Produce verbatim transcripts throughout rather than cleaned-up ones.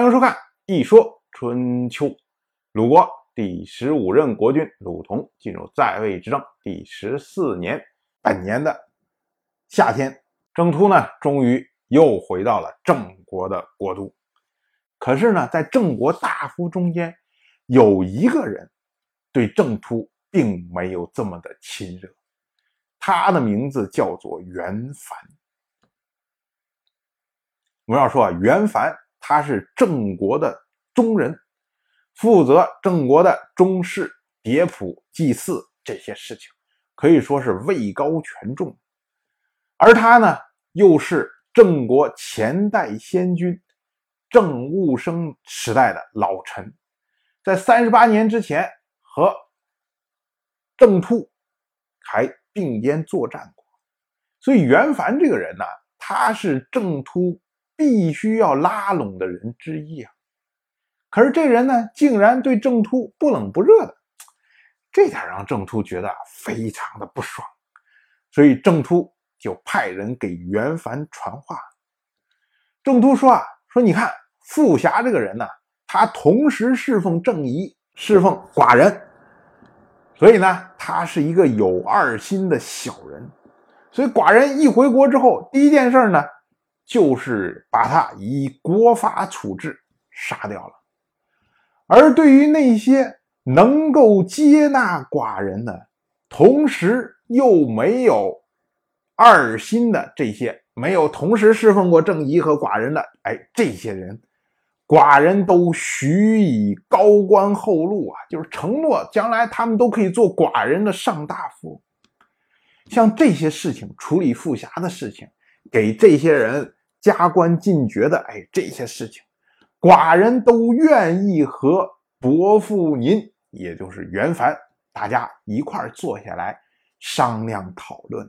欢迎收看《一说春秋》。鲁国第十五任国君鲁同进入在位执政第十四年，本年的夏天，郑突呢终于又回到了郑国的国都。可是呢，在郑国大夫中间，有一个人对郑突并没有这么的亲热，他的名字叫做袁凡。我们要说啊，袁凡他是郑国的中人，负责郑国的中事、迭仆、祭祀这些事情，可以说是位高权重。而他呢，又是郑国前代先君郑务生时代的老臣，在三十八年之前和郑突还并肩作战过。所以袁凡这个人呢，他是郑突必须要拉拢的人之一啊。可是这人呢，竟然对郑突不冷不热的，这点让郑突觉得非常的不爽。所以郑突就派人给袁凡传话。郑突说啊，说你看傅瑕这个人呢，他同时侍奉郑仪，侍奉寡人，所以呢，他是一个有二心的小人。所以寡人一回国之后，第一件事呢，就是把他以国法处置，杀掉了。而对于那些能够接纳寡人的，同时又没有二心的这些，没有同时侍奉过郑仪和寡人的，哎，这些人，寡人都许以高官厚禄啊，就是承诺将来他们都可以做寡人的上大夫。像这些事情，处理傅瑕的事情，给这些人加官进爵的，哎，这些事情，寡人都愿意和伯父您，也就是袁凡，大家一块儿坐下来商量讨论。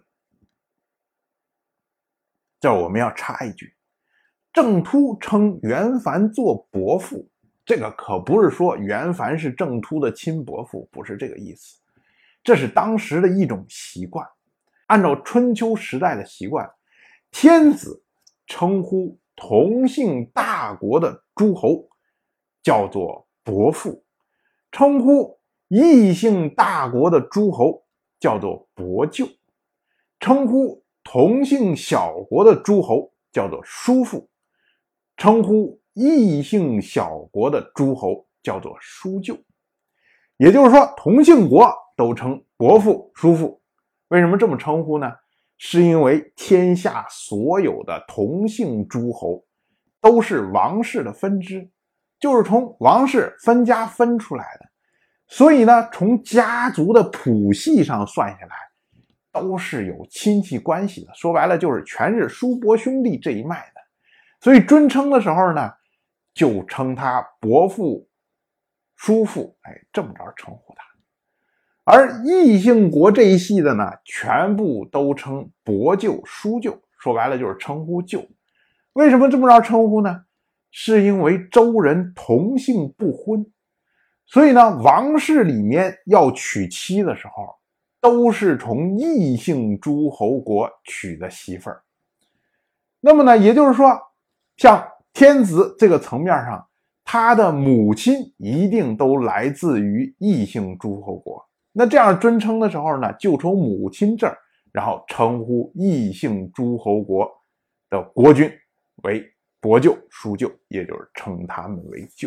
这我们要插一句，郑突称袁凡做伯父，这个可不是说袁凡是郑突的亲伯父，不是这个意思，这是当时的一种习惯。按照春秋时代的习惯，天子称呼同姓大国的诸侯叫做伯父，称呼异姓大国的诸侯叫做伯舅，称呼同姓小国的诸侯叫做叔父，称呼异姓小国的诸侯叫做叔舅。也就是说，同姓国都称伯父、叔父。为什么这么称呼呢？是因为天下所有的同姓诸侯都是王室的分支，就是从王室分家分出来的，所以呢，从家族的谱系上算下来，都是有亲戚关系的。说白了，就是全是叔伯兄弟这一脉的。所以尊称的时候呢，就称他伯父、叔父，哎，这么着称呼他。而异姓国这一系的呢，全部都称伯舅、叔舅，说白了就是称呼舅。为什么这么着称呼呢？是因为周人同姓不婚，所以呢，王室里面要娶妻的时候，都是从异姓诸侯国娶的媳妇儿。那么呢，也就是说，像天子这个层面上，他的母亲一定都来自于异姓诸侯国。那这样尊称的时候呢，就从母亲这儿，然后称呼异姓诸侯国的国君为伯舅、叔舅，也就是称他们为舅。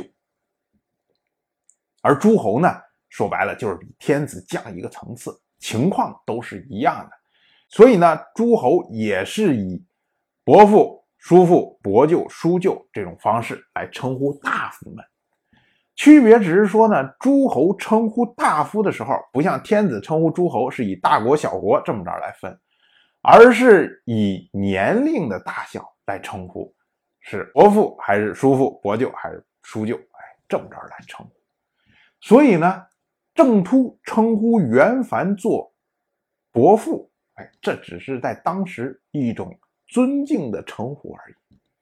而诸侯呢，说白了就是比天子降一个层次，情况都是一样的。所以呢，诸侯也是以伯父、叔父、伯舅、叔舅这种方式来称呼大夫们。区别只是说呢，诸侯称呼大夫的时候，不像天子称呼诸侯是以大国小国这么着来分，而是以年龄的大小来称呼，是伯父还是叔父，伯舅还是叔舅，哎，这么着来称呼。所以呢，郑突称呼袁凡做伯父，哎，这只是在当时一种尊敬的称呼而已。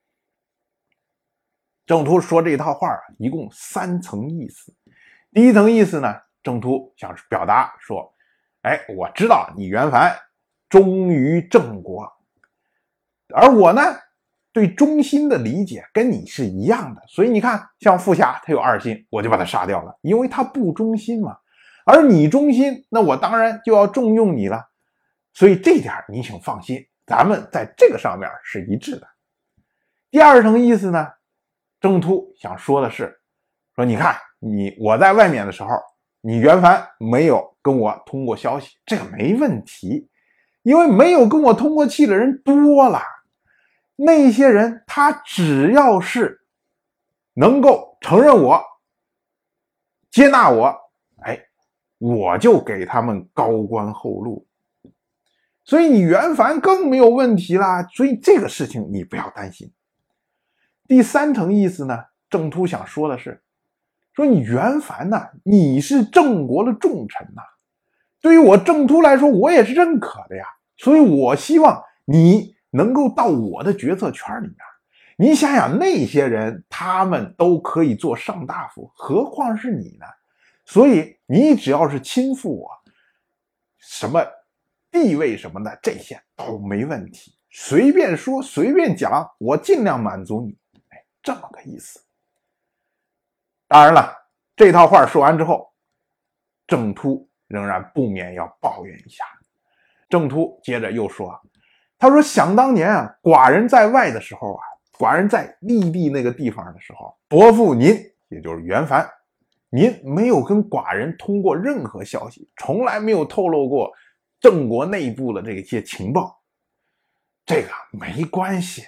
郑突说这套话啊，一共三层意思。第一层意思呢，郑突想表达说，哎，我知道你袁凡忠于郑国，而我呢， 对忠心的理解跟你是一样的，所以你看，像富侠他有二心，我就把他杀掉了，因为他不忠心嘛。而你忠心，那我当然就要重用你了。所以这点你请放心，咱们在这个上面是一致的。第二层意思呢，郑突想说的是，说你看你我在外面的时候，你袁凡没有跟我通过消息，这个没问题，因为没有跟我通过气的人多了。那些人他只要是能够承认我，接纳我，哎，我就给他们高官厚禄。所以你袁凡更没有问题啦，所以这个事情你不要担心。第三层意思呢，郑突想说的是，说你袁凡呐、啊，你是郑国的重臣呐、啊，对于我郑突来说，我也是认可的呀，所以我希望你能够到我的决策圈里面。你想想那些人，他们都可以做上大夫，何况是你呢？所以你只要是亲附我，什么地位什么的，这些都没问题，随便说随便讲，我尽量满足你。哎，这么个意思。当然了，这套话说完之后，郑突仍然不免要抱怨一下。郑突接着又说，他说想当年啊，寡人在外的时候啊，寡人在立地那个地方的时候，伯父您也就是袁凡，您没有跟寡人通过任何消息，从来没有透露过郑国内部的这些情报。这个没关系，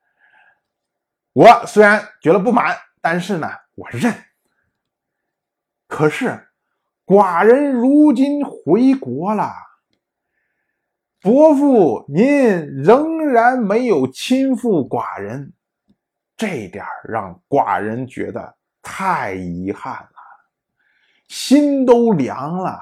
我虽然觉得不满，但是呢我认。可是寡人如今回国了，伯父您仍然没有亲附寡人，这点让寡人觉得太遗憾了，心都凉了。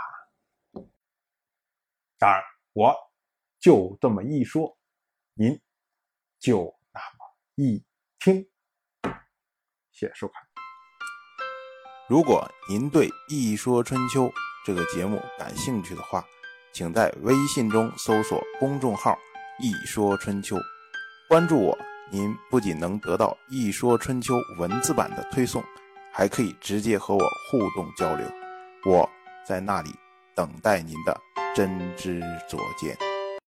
当然我就这么一说，您就那么一听。谢谢收看。 如果您对《一说春秋》这个节目感兴趣的话，请在微信中搜索公众号“一说春秋”，关注我，您不仅能得到《一说春秋》文字版的推送，还可以直接和我互动交流。我在那里等待您的真知灼见。